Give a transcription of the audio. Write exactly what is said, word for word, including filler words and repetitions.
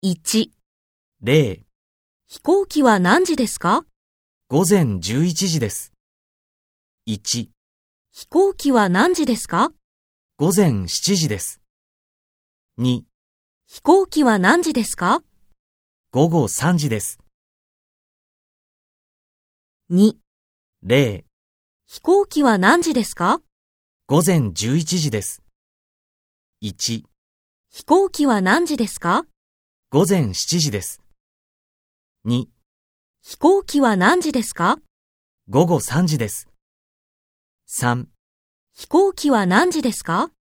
いち、 ゼロ、 飛行機は何時ですか？ 午前じゅういちじです。いち、 飛行機は何時ですか？ 午前しちじです。に、 飛行機は何時ですか？ 午後さんじです。 に、 ゼロ、 飛行機は何時ですか？ 午前じゅういちじです。いち、 飛行機は何時ですか？ 午前しちじです。に、 飛行機は何時ですか？ 午後さんじです。さん、 飛行機は何時ですか？